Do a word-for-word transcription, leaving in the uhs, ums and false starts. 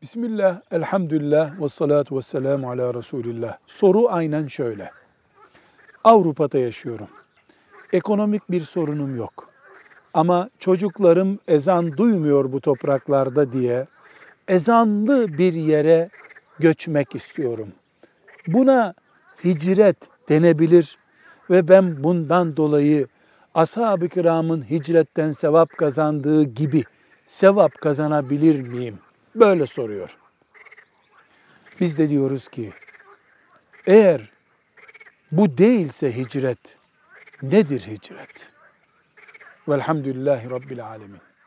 Bismillah, elhamdülillah, ve salatu ve selamu ala Resulillah. Soru aynen şöyle. Avrupa'da yaşıyorum. Ekonomik bir sorunum yok. Ama çocuklarım ezan duymuyor bu topraklarda diye ezanlı bir yere göçmek istiyorum. Buna hicret denebilir ve ben bundan dolayı ashab-ı kiramın hicretten sevap kazandığı gibi sevap kazanabilir miyim? Böyle soruyor. Biz de diyoruz ki eğer bu değilse hicret, nedir hicret? Velhamdülillahi Rabbil alemin.